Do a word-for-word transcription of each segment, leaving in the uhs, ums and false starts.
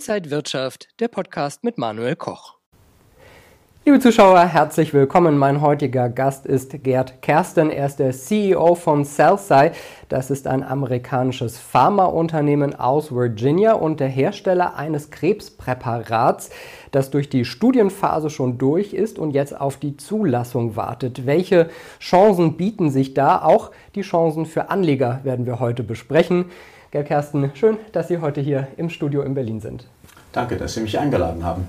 Inside Wirtschaft, der Podcast mit Manuel Koch. Liebe Zuschauer, herzlich willkommen. Mein heutiger Gast ist Gerd Kersten. Er ist der C E O von Cellsci. Das ist ein amerikanisches Pharmaunternehmen aus Virginia und der Hersteller eines Krebspräparats, das durch die Studienphase schon durch ist und jetzt auf die Zulassung wartet. Welche Chancen bieten sich da? Auch die Chancen für Anleger werden wir heute besprechen. Gerd Kersten, schön, dass Sie heute hier im Studio in Berlin sind. Danke, dass Sie mich eingeladen haben.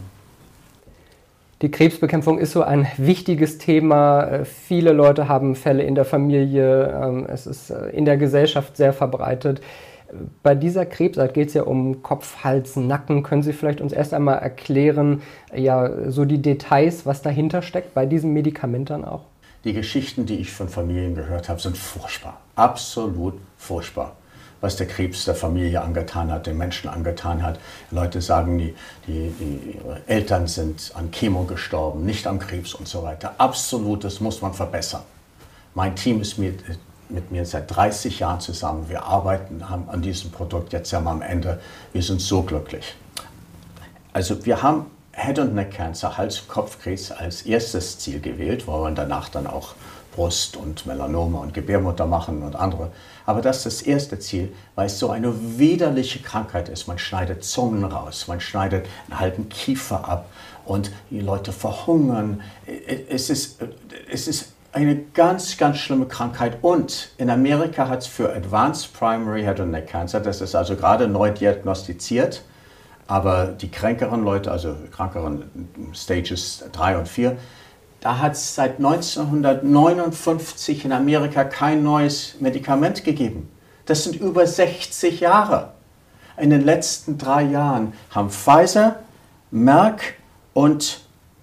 Die Krebsbekämpfung ist so ein wichtiges Thema. Viele Leute haben Fälle in der Familie. Es ist in der Gesellschaft sehr verbreitet. Bei dieser Krebsart geht es ja um Kopf, Hals, Nacken. Können Sie vielleicht uns erst einmal erklären, ja, so die Details, was dahinter steckt, bei diesem Medikament dann auch? Die Geschichten, die ich von Familien gehört habe, sind furchtbar. Absolut furchtbar. Was der Krebs der Familie angetan hat, den Menschen angetan hat. Leute sagen, die, die, die ihre Eltern sind an Chemo gestorben, nicht am Krebs und so weiter. Absolut, das muss man verbessern. Mein Team ist mit, mit mir seit dreißig Jahren zusammen. Wir arbeiten haben an diesem Produkt, jetzt sind wir am Ende. Wir sind so glücklich. Also wir haben Head- und Neck Cancer, Hals- und Kopfkrebs als erstes Ziel gewählt, weil wir danach dann auch Brust- und Melanome und Gebärmutter machen und andere. Aber das ist das erste Ziel, weil es so eine widerliche Krankheit ist. Man schneidet Zungen raus, man schneidet einen halben Kiefer ab und die Leute verhungern. Es ist, es ist eine ganz, ganz schlimme Krankheit. Und in Amerika hat es für Advanced Primary Head and Neck Cancer, das ist also gerade neu diagnostiziert, aber die kränkeren Leute, also krankeren Stages drei und vier, da hat es seit neunzehnhundertneunundfünfzig in Amerika kein neues Medikament gegeben. Das sind über sechzig Jahre. In den letzten drei Jahren haben Pfizer, Merck und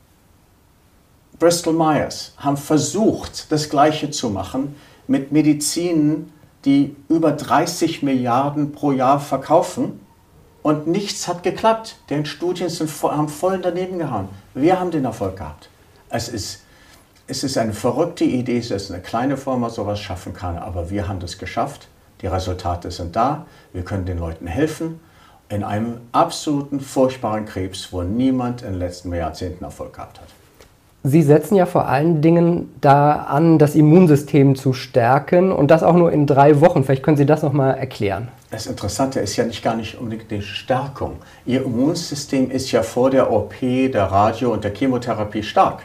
Bristol Myers haben versucht, das Gleiche zu machen mit Medizinen, die über dreißig Milliarden pro Jahr verkaufen. Und nichts hat geklappt. Deren Studien sind, haben voll daneben gehauen. Wir haben den Erfolg gehabt. Es ist, es ist eine verrückte Idee, dass eine kleine Firma sowas schaffen kann, aber wir haben das geschafft. Die Resultate sind da, wir können den Leuten helfen in einem absoluten furchtbaren Krebs, wo niemand in den letzten Jahrzehnten Erfolg gehabt hat. Sie setzen ja vor allen Dingen da an, das Immunsystem zu stärken und das auch nur in drei Wochen. Vielleicht können Sie das noch mal erklären. Das Interessante ist ja nicht gar nicht unbedingt die Stärkung. Ihr Immunsystem ist ja vor der O P, der Radio- und der Chemotherapie stark.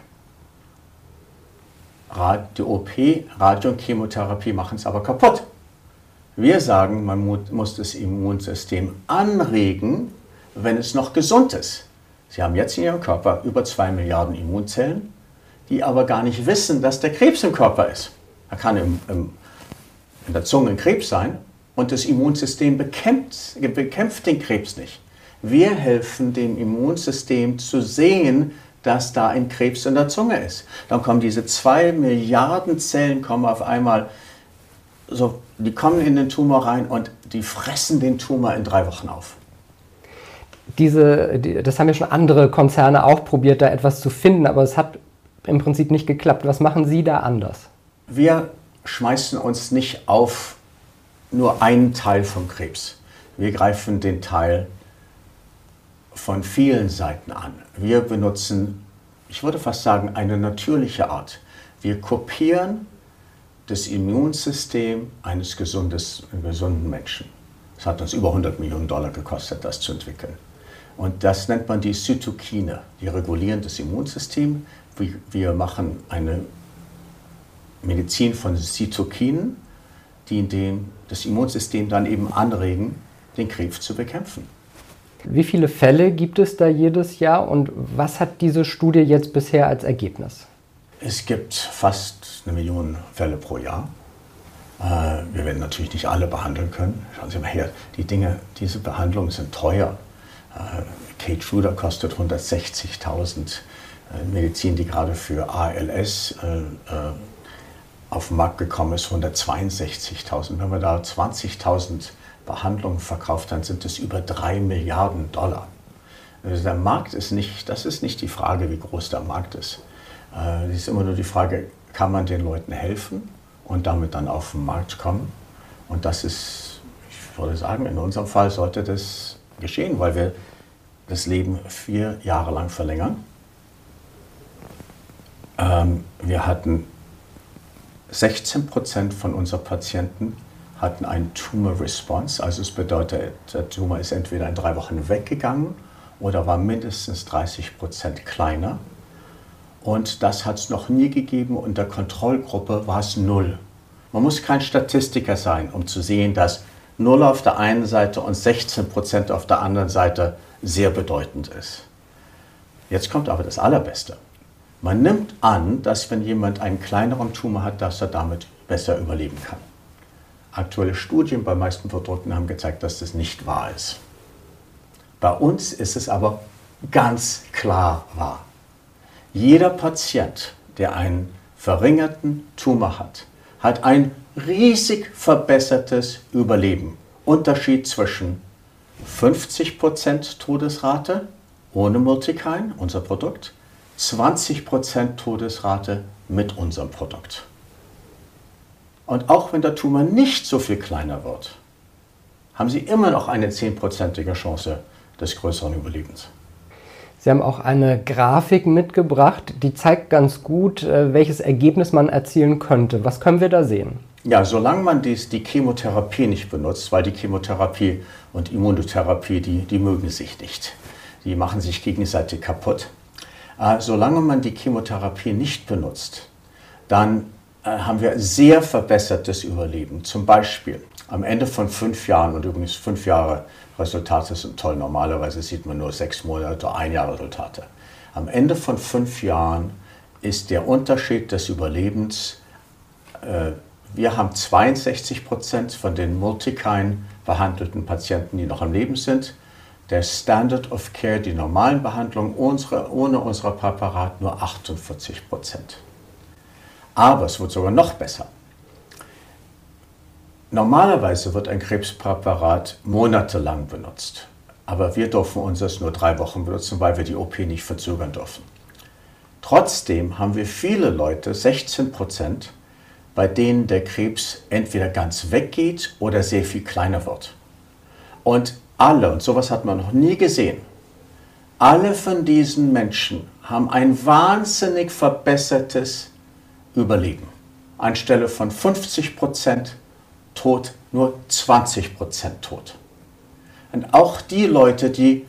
Die O P, Radio und Chemotherapie machen es aber kaputt. Wir sagen, man muss das Immunsystem anregen, wenn es noch gesund ist. Sie haben jetzt in Ihrem Körper über zwei Milliarden Immunzellen, die aber gar nicht wissen, dass der Krebs im Körper ist. Da kann im, im, in der Zunge ein Krebs sein und das Immunsystem bekämpft, bekämpft den Krebs nicht. Wir helfen dem Immunsystem zu sehen, dass da ein Krebs in der Zunge ist. Dann kommen diese zwei Milliarden Zellen kommen auf einmal, so, die kommen in den Tumor rein und die fressen den Tumor in drei Wochen auf. Diese, die, das haben ja schon andere Konzerne auch probiert, da etwas zu finden, aber es hat im Prinzip nicht geklappt. Was machen Sie da anders? Wir schmeißen uns nicht auf nur einen Teil vom Krebs. Wir greifen den Teil von vielen Seiten an. Wir benutzen, ich würde fast sagen, eine natürliche Art. Wir kopieren das Immunsystem eines gesundes, gesunden Menschen. Es hat uns über hundert Millionen Dollar gekostet, das zu entwickeln. Und das nennt man die Zytokine, die regulieren das Immunsystem. Wir machen eine Medizin von Zytokinen, die dem, das Immunsystem dann eben anregen, den Krebs zu bekämpfen. Wie viele Fälle gibt es da jedes Jahr und was hat diese Studie jetzt bisher als Ergebnis? Es gibt fast eine Million Fälle pro Jahr. Wir werden natürlich nicht alle behandeln können. Schauen Sie mal her, die Dinge, diese Behandlungen sind teuer. Keytruda kostet hundertsechzigtausend. Medizin, die gerade für A L S auf den Markt gekommen ist, hundertzweiundsechzigtausend. Wenn wir da zwanzigtausend Behandlungen verkauft, dann sind es über drei Milliarden Dollar. Also der Markt ist nicht, das ist nicht die Frage, wie groß der Markt ist. Es ist immer nur die Frage, kann man den Leuten helfen und damit dann auf den Markt kommen? Und das ist, ich würde sagen, in unserem Fall sollte das geschehen, weil wir das Leben vier Jahre lang verlängern. Ähm, wir hatten sechzehn Prozent von unseren Patienten hatten einen Tumor Response, also es bedeutet, der Tumor ist entweder in drei Wochen weggegangen oder war mindestens dreißig Prozent kleiner. Und das hat es noch nie gegeben. Und in der Kontrollgruppe war es null. Man muss kein Statistiker sein, um zu sehen, dass null auf der einen Seite und sechzehn Prozent auf der anderen Seite sehr bedeutend ist. Jetzt kommt aber das Allerbeste. Man nimmt an, dass wenn jemand einen kleineren Tumor hat, dass er damit besser überleben kann. Aktuelle Studien bei meisten Produkten haben gezeigt, dass das nicht wahr ist. Bei uns ist es aber ganz klar wahr. Jeder Patient, der einen verringerten Tumor hat, hat ein riesig verbessertes Überleben. Unterschied zwischen fünfzig Prozent Todesrate ohne Multikine, unser Produkt, zwanzig Prozent Todesrate mit unserem Produkt. Und auch wenn der Tumor nicht so viel kleiner wird, haben Sie immer noch eine zehnprozentige Chance des größeren Überlebens. Sie haben auch eine Grafik mitgebracht, die zeigt ganz gut, welches Ergebnis man erzielen könnte. Was können wir da sehen? Ja, solange man dies, die Chemotherapie nicht benutzt, weil die Chemotherapie und Immunotherapie, die, die mögen sich nicht. Die machen sich gegenseitig kaputt. Äh, solange man die Chemotherapie nicht benutzt, dann äh, haben wir sehr verbessertes Überleben. Zum Beispiel am Ende von fünf Jahren, und übrigens fünf Jahre Resultate sind toll, normalerweise sieht man nur sechs Monate, ein Jahr Resultate. Am Ende von fünf Jahren ist der Unterschied des Überlebens, äh, wir haben zweiundsechzig Prozent von den Multikine behandelten Patienten, die noch am Leben sind. Der Standard of Care, die normalen Behandlungen unsere, ohne unser Präparat, nur achtundvierzig Prozent. Aber es wird sogar noch besser. Normalerweise wird ein Krebspräparat monatelang benutzt. Aber wir dürfen unseres nur drei Wochen benutzen, weil wir die O P nicht verzögern dürfen. Trotzdem haben wir viele Leute, sechzehn Prozent, bei denen der Krebs entweder ganz weggeht oder sehr viel kleiner wird. Und alle, und sowas hat man noch nie gesehen, alle von diesen Menschen haben ein wahnsinnig verbessertes Überleben. Anstelle von fünfzig Prozent Tod, nur zwanzig Prozent Tod. Und auch die Leute, die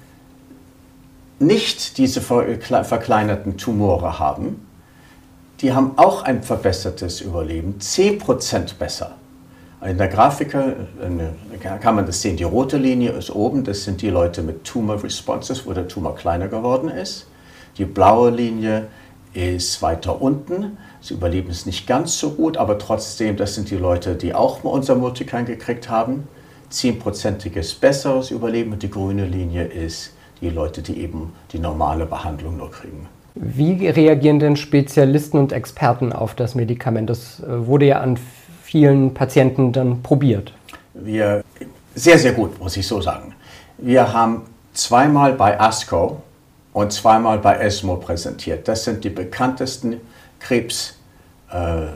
nicht diese verkleinerten Tumore haben, die haben auch ein verbessertes Überleben, zehn Prozent besser. In der Grafik kann man das sehen, die rote Linie ist oben, das sind die Leute mit Tumor Responses, wo der Tumor kleiner geworden ist. Die blaue Linie ist weiter unten, das Überleben ist nicht ganz so gut, aber trotzdem, das sind die Leute, die auch mal unser Multikine gekriegt haben. zehnprozentiges besseres Überleben und die grüne Linie ist die Leute, die eben die normale Behandlung nur kriegen. Wie reagieren denn Spezialisten und Experten auf das Medikament? Das wurde ja an vielen Patienten dann probiert. Wir, sehr, sehr gut, muss ich so sagen. Wir haben zweimal bei ASCO und zweimal bei ESMO präsentiert. Das sind die bekanntesten Krebsseminare.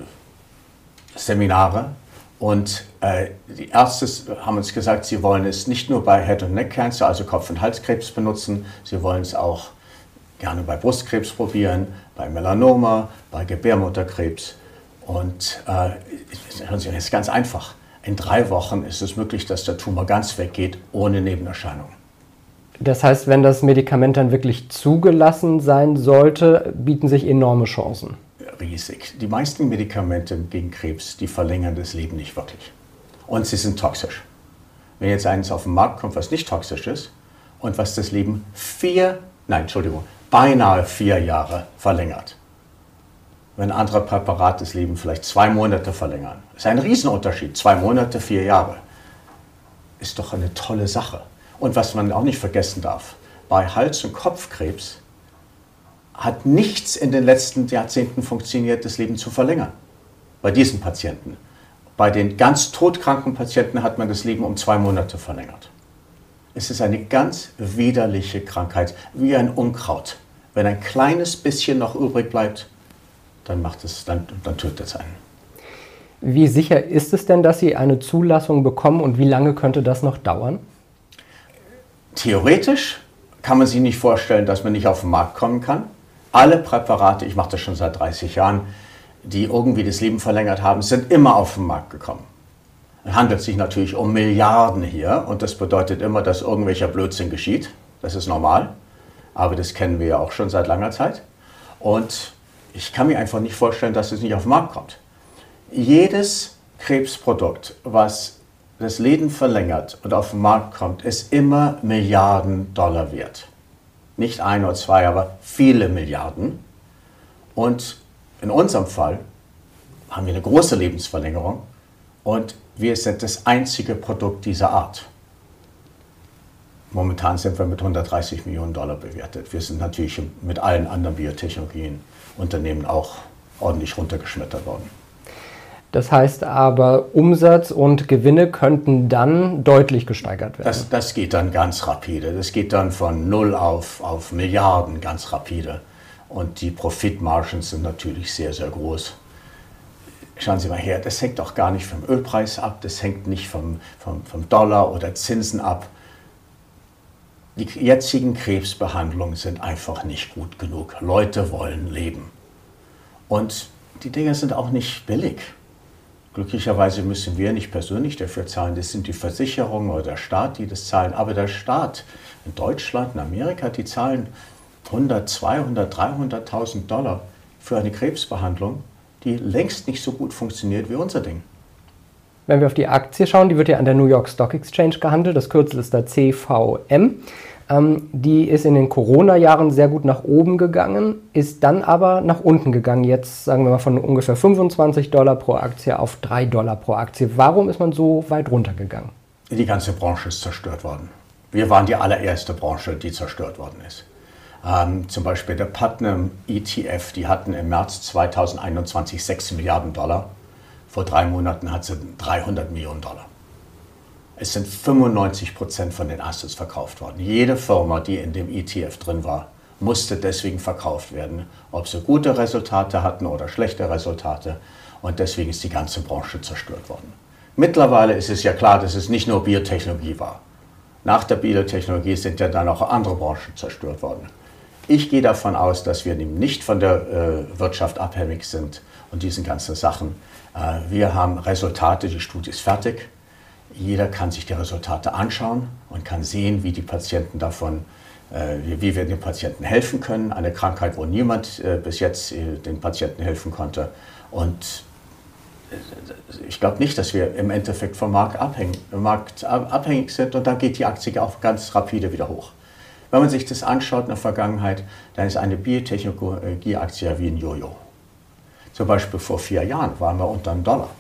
Äh, und äh, die Ärzte haben uns gesagt, sie wollen es nicht nur bei Head and Neck Cancer, also Kopf- und Halskrebs benutzen, sie wollen es auch gerne bei Brustkrebs probieren, bei Melanoma, bei Gebärmutterkrebs. Und äh, das ist ganz einfach. In drei Wochen ist es möglich, dass der Tumor ganz weggeht, ohne Nebenerscheinungen. Das heißt, wenn das Medikament dann wirklich zugelassen sein sollte, bieten sich enorme Chancen. Riesig. Die meisten Medikamente gegen Krebs, die verlängern das Leben nicht wirklich. Und sie sind toxisch. Wenn jetzt eines auf den Markt kommt, was nicht toxisch ist und was das Leben vier, nein, Entschuldigung, beinahe vier Jahre verlängert. Wenn andere Präparate das Leben vielleicht zwei Monate verlängern. Das ist ein Riesenunterschied. Zwei Monate, vier Jahre. Ist doch eine tolle Sache. Und was man auch nicht vergessen darf, bei Hals- und Kopfkrebs hat nichts in den letzten Jahrzehnten funktioniert, das Leben zu verlängern. Bei diesen Patienten. Bei den ganz todkranken Patienten hat man das Leben um zwei Monate verlängert. Es ist eine ganz widerliche Krankheit, wie ein Unkraut. Wenn ein kleines bisschen noch übrig bleibt, dann, macht es, dann, dann tötet es einen. Wie sicher ist es denn, dass Sie eine Zulassung bekommen und wie lange könnte das noch dauern? Theoretisch kann man sich nicht vorstellen, dass man nicht auf den Markt kommen kann. Alle Präparate, ich mache das schon seit dreißig Jahren, die irgendwie das Leben verlängert haben, sind immer auf den Markt gekommen. Es handelt sich natürlich um Milliarden hier und das bedeutet immer, dass irgendwelcher Blödsinn geschieht. Das ist normal, aber das kennen wir ja auch schon seit langer Zeit. Und ich kann mir einfach nicht vorstellen, dass es nicht auf den Markt kommt. Jedes Krebsprodukt, was das Leben verlängert und auf den Markt kommt, ist immer Milliarden Dollar wert. Nicht ein oder zwei, aber viele Milliarden. Und in unserem Fall haben wir eine große Lebensverlängerung und wir sind das einzige Produkt dieser Art. Momentan sind wir mit hundertdreißig Millionen Dollar bewertet. Wir sind natürlich mit allen anderen Biotechnologieunternehmen auch ordentlich runtergeschmettert worden. Das heißt aber, Umsatz und Gewinne könnten dann deutlich gesteigert werden. Das, das geht dann ganz rapide. Das geht dann von null auf, auf Milliarden ganz rapide. Und die Profitmargen sind natürlich sehr, sehr groß. Schauen Sie mal her, das hängt auch gar nicht vom Ölpreis ab, das hängt nicht vom, vom, vom Dollar oder Zinsen ab. Die jetzigen Krebsbehandlungen sind einfach nicht gut genug. Leute wollen leben. Und die Dinge sind auch nicht billig. Glücklicherweise müssen wir nicht persönlich dafür zahlen, das sind die Versicherungen oder der Staat, die das zahlen. Aber der Staat in Deutschland, in Amerika, die zahlen hundert, zweihundert, dreihunderttausend Dollar für eine Krebsbehandlung, die längst nicht so gut funktioniert wie unser Ding. Wenn wir auf die Aktie schauen, die wird ja an der New York Stock Exchange gehandelt, das Kürzel ist da C V M. Ähm, die ist in den Corona-Jahren sehr gut nach oben gegangen, ist dann aber nach unten gegangen. Jetzt sagen wir mal von ungefähr fünfundzwanzig Dollar pro Aktie auf drei Dollar pro Aktie. Warum ist man so weit runtergegangen? Die ganze Branche ist zerstört worden. Wir waren die allererste Branche, die zerstört worden ist. Ähm, zum Beispiel der Putnam E T F, die hatten im März zweitausendeinundzwanzig sechs Milliarden Dollar. Vor drei Monaten hat sie dreihundert Millionen Dollar. Es sind fünfundneunzig Prozent von den Assets verkauft worden. Jede Firma, die in dem E T F drin war, musste deswegen verkauft werden, ob sie gute Resultate hatten oder schlechte Resultate. Und deswegen ist die ganze Branche zerstört worden. Mittlerweile ist es ja klar, dass es nicht nur Biotechnologie war. Nach der Biotechnologie sind ja dann auch andere Branchen zerstört worden. Ich gehe davon aus, dass wir nicht von der äh, Wirtschaft abhängig sind und diesen ganzen Sachen. Äh, wir haben Resultate, die Studie ist fertig. Jeder kann sich die Resultate anschauen und kann sehen, wie die Patienten davon, äh, wie wir den Patienten helfen können. Eine Krankheit, wo niemand äh, bis jetzt äh, den Patienten helfen konnte. Und äh, ich glaube nicht, dass wir im Endeffekt vom Markt abhängig, Markt abhängig sind und dann geht die Aktie auch ganz rapide wieder hoch. Wenn man sich das anschaut in der Vergangenheit, dann ist eine Biotechnologie-Aktie wie ein Jojo. Zum Beispiel vor vier Jahren waren wir unter einem Dollar.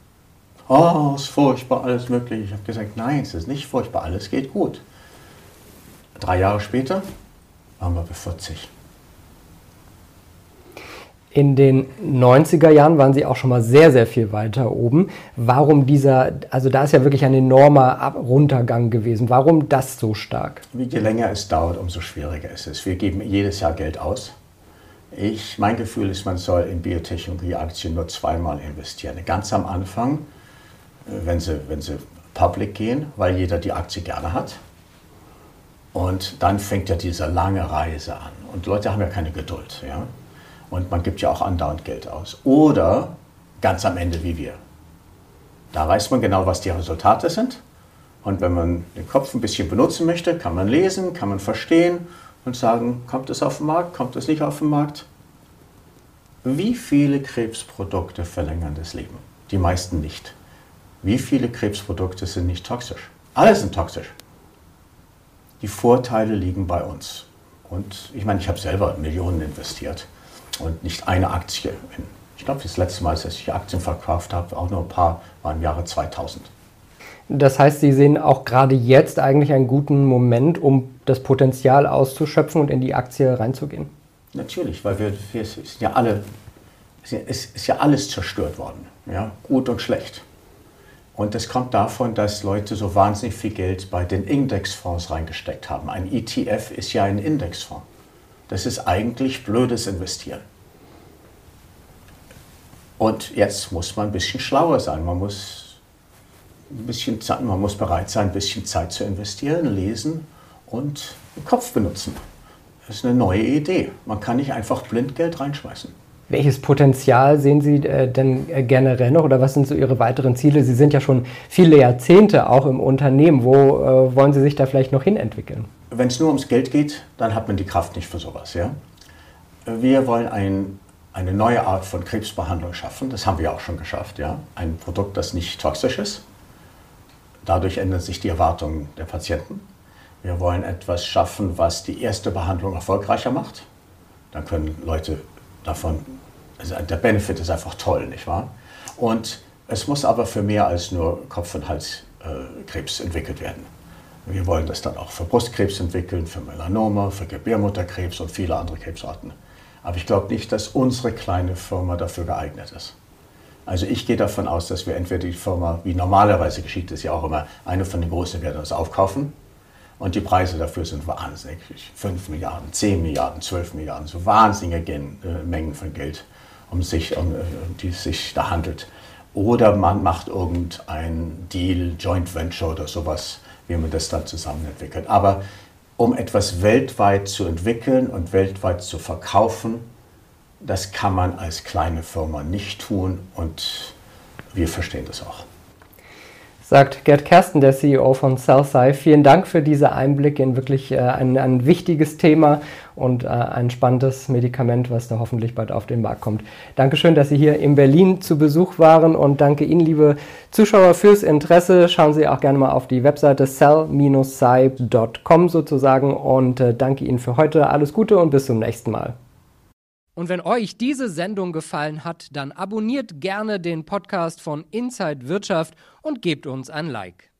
Oh, ist furchtbar, alles möglich. Ich habe gesagt, nein, es ist nicht furchtbar, alles geht gut. Drei Jahre später waren wir bei vierzig. In den neunziger Jahren waren Sie auch schon mal sehr, sehr viel weiter oben. Warum dieser, also da ist ja wirklich ein enormer Ab- Runtergang gewesen. Warum das so stark? Je länger es dauert, umso schwieriger ist es. Wir geben jedes Jahr Geld aus. Ich, mein Gefühl ist, man soll in Biotechnologie-Aktien nur zweimal investieren. Ganz am Anfang, wenn sie, wenn sie public gehen, weil jeder die Aktie gerne hat. Und dann fängt ja diese lange Reise an. Und Leute haben ja keine Geduld. Ja? Und man gibt ja auch andauernd Geld aus. Oder ganz am Ende wie wir. Da weiß man genau, was die Resultate sind. Und wenn man den Kopf ein bisschen benutzen möchte, kann man lesen, kann man verstehen und sagen, kommt es auf den Markt, kommt es nicht auf den Markt. Wie viele Krebsprodukte verlängern das Leben? Die meisten nicht. Wie viele Krebsprodukte sind nicht toxisch? Alle sind toxisch. Die Vorteile liegen bei uns. Und ich meine, ich habe selber Millionen investiert und nicht eine Aktie. Ich glaube, das letzte Mal, als ich Aktien verkauft habe, auch nur ein paar, war im Jahre zweitausend. Das heißt, Sie sehen auch gerade jetzt eigentlich einen guten Moment, um das Potenzial auszuschöpfen und in die Aktie reinzugehen? Natürlich, weil wir, wir sind ja alle, es ist ja alles zerstört worden, ja, gut und schlecht. Und das kommt davon, dass Leute so wahnsinnig viel Geld bei den Indexfonds reingesteckt haben. Ein E T F ist ja ein Indexfonds. Das ist eigentlich blödes Investieren. Und jetzt muss man ein bisschen schlauer sein. Man muss, ein bisschen Zeit, man muss bereit sein, ein bisschen Zeit zu investieren, lesen und den Kopf benutzen. Das ist eine neue Idee. Man kann nicht einfach blind Geld reinschmeißen. Welches Potenzial sehen Sie äh, denn äh, generell noch oder was sind so Ihre weiteren Ziele? Sie sind ja schon viele Jahrzehnte auch im Unternehmen. Wo äh, wollen Sie sich da vielleicht noch hinentwickeln? Wenn es nur ums Geld geht, dann hat man die Kraft nicht für sowas. Ja? Wir wollen ein, eine neue Art von Krebsbehandlung schaffen. Das haben wir auch schon geschafft. Ja? Ein Produkt, das nicht toxisch ist. Dadurch ändern sich die Erwartungen der Patienten. Wir wollen etwas schaffen, was die erste Behandlung erfolgreicher macht. Dann können Leute davon, also der Benefit ist einfach toll, nicht wahr? Und es muss aber für mehr als nur Kopf- und Halskrebs äh, entwickelt werden. Wir wollen das dann auch für Brustkrebs entwickeln, für Melanoma, für Gebärmutterkrebs und viele andere Krebsarten. Aber ich glaube nicht, dass unsere kleine Firma dafür geeignet ist. Also ich gehe davon aus, dass wir entweder die Firma, wie normalerweise geschieht es ja auch immer, eine von den Großen werden uns aufkaufen. Und die Preise dafür sind wahnsinnig. fünf Milliarden, zehn Milliarden, zwölf Milliarden, so wahnsinnige Mengen von Geld, um sich, um die es sich da handelt. Oder man macht irgendein Deal, Joint Venture oder sowas, wie man das dann zusammen entwickelt. Aber um etwas weltweit zu entwickeln und weltweit zu verkaufen, das kann man als kleine Firma nicht tun und wir verstehen das auch. Sagt Gerd Kersten, der C E O von Cellsci. Vielen Dank für diese Einblicke in wirklich äh, ein, ein wichtiges Thema und äh, ein spannendes Medikament, was da hoffentlich bald auf den Markt kommt. Dankeschön, dass Sie hier in Berlin zu Besuch waren und danke Ihnen, liebe Zuschauer, fürs Interesse. Schauen Sie auch gerne mal auf die Webseite cell dash sci punkt com sozusagen und äh, danke Ihnen für heute. Alles Gute und bis zum nächsten Mal. Und wenn euch diese Sendung gefallen hat, dann abonniert gerne den Podcast von Inside Wirtschaft und gebt uns ein Like.